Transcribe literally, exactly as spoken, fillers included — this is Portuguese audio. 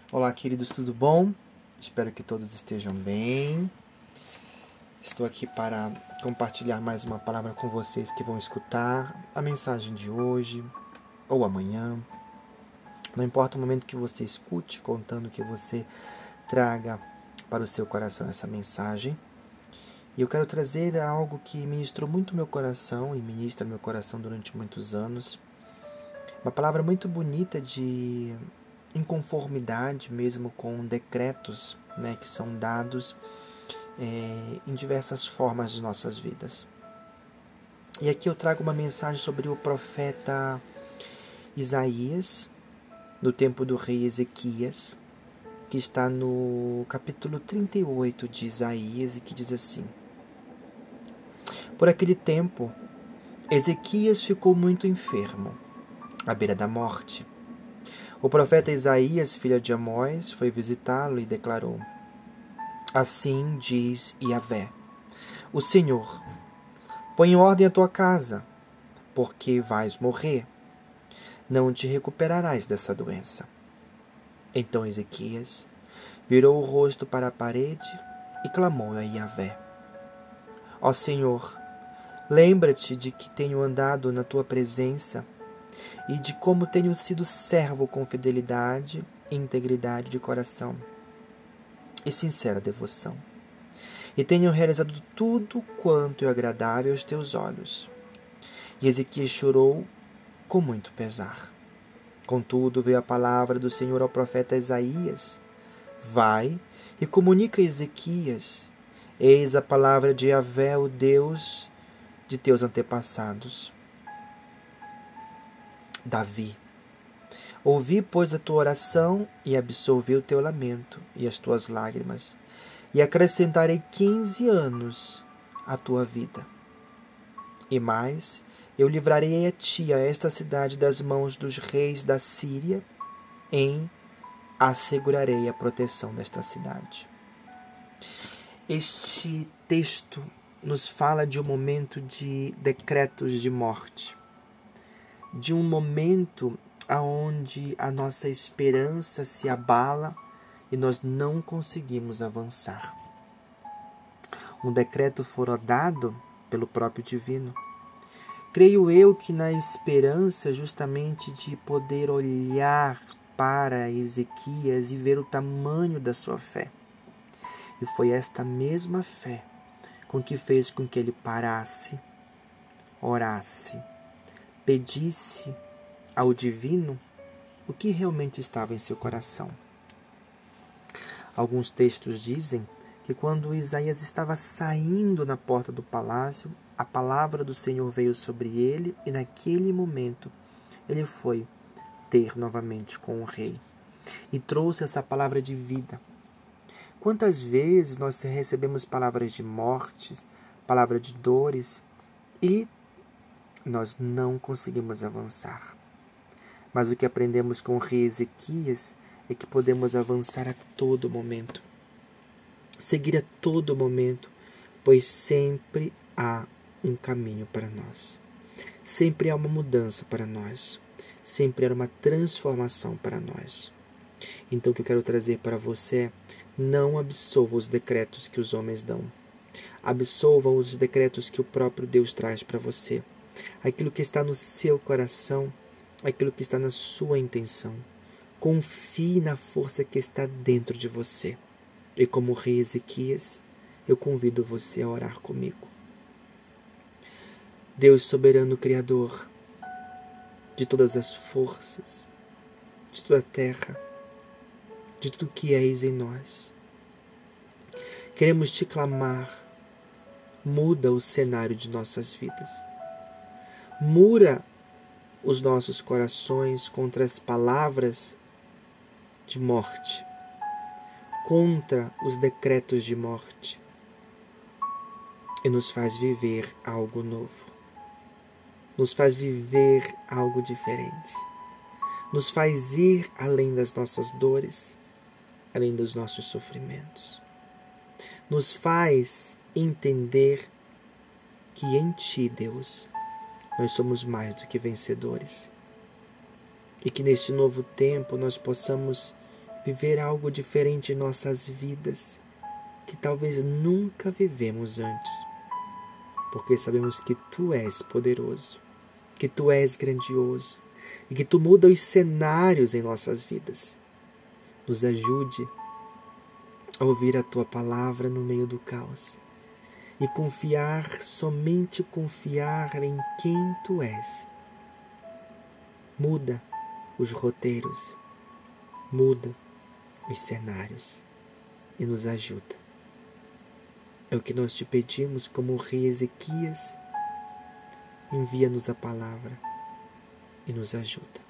Olá, queridos, tudo bom? Espero que todos estejam bem. Estou aqui para compartilhar mais uma palavra com vocês que vão escutar a mensagem de hoje ou amanhã. Não importa o momento que você escute, contando que você traga para o seu coração essa mensagem. E eu quero trazer algo que ministrou muito meu coração e ministra meu coração durante muitos anos. Uma palavra muito bonita de inconformidade mesmo com decretos, né, que são dados é, em diversas formas de nossas vidas. E aqui eu trago uma mensagem sobre o profeta Isaías, no tempo do rei Ezequias, que está no capítulo trinta e oito de Isaías e que diz assim: Por aquele tempo, Ezequias ficou muito enfermo, à beira da morte. O profeta Isaías, filho de Amós, foi visitá-lo e declarou: Assim diz Yahvé, o Senhor, põe em ordem a tua casa, porque vais morrer. Não te recuperarás dessa doença. Então Ezequias virou o rosto para a parede e clamou a Yahvé: Ó Senhor, lembra-te de que tenho andado na tua presença e de como tenho sido servo com fidelidade e integridade de coração e sincera devoção. E tenho realizado tudo quanto é agradável aos teus olhos. E Ezequias chorou com muito pesar. Contudo, veio a palavra do Senhor ao profeta Isaías: Vai e comunica a Ezequias: Eis a palavra de Yahvé, o Deus de teus antepassados, Davi. Ouvi, pois, a tua oração e absolvi o teu lamento e as tuas lágrimas, e acrescentarei quinze anos à tua vida. E mais, eu livrarei a ti, a esta cidade, das mãos dos reis da Síria, em assegurarei a proteção desta cidade. Este texto nos fala de um momento de decretos de morte, de um momento onde a nossa esperança se abala e nós não conseguimos avançar. Um decreto fora dado pelo próprio Divino. Creio eu que na esperança justamente de poder olhar para Ezequias e ver o tamanho da sua fé. E foi esta mesma fé com que fez com que ele parasse, orasse, pedisse ao Divino o que realmente estava em seu coração. Alguns textos dizem que quando Isaías estava saindo na porta do palácio, a palavra do Senhor veio sobre ele e naquele momento ele foi ter novamente com o rei e trouxe essa palavra de vida. Quantas vezes nós recebemos palavras de morte, palavras de dores e nós não conseguimos avançar. Mas o que aprendemos com o rei Ezequias é que podemos avançar a todo momento, seguir a todo momento, pois sempre há um caminho para nós. Sempre há uma mudança para nós. Sempre há uma transformação para nós. Então o que eu quero trazer para você é: não absolva os decretos que os homens dão. Absolva os decretos que o próprio Deus traz para você. Aquilo que está no seu coração, aquilo que está na sua intenção. Confie na força que está dentro de você. E como o rei Ezequias, eu convido você a orar comigo. Deus soberano Criador de todas as forças, de toda a terra, de tudo que és em nós, queremos te clamar: muda o cenário de nossas vidas. Muda os nossos corações contra as palavras de morte, contra os decretos de morte, e nos faz viver algo novo. Nos faz viver algo diferente. Nos faz ir além das nossas dores, além dos nossos sofrimentos. Nos faz entender que em Ti, Deus, nós somos mais do que vencedores. E que neste novo tempo nós possamos viver algo diferente em nossas vidas, que talvez nunca vivemos antes, porque sabemos que Tu és poderoso, que Tu és grandioso e que Tu muda os cenários em nossas vidas. Nos ajude a ouvir a Tua palavra no meio do caos e confiar, somente confiar em quem Tu és. Muda os roteiros, muda os cenários e nos ajuda. É o que nós te pedimos como o rei Ezequias. Envia-nos a palavra e nos ajuda.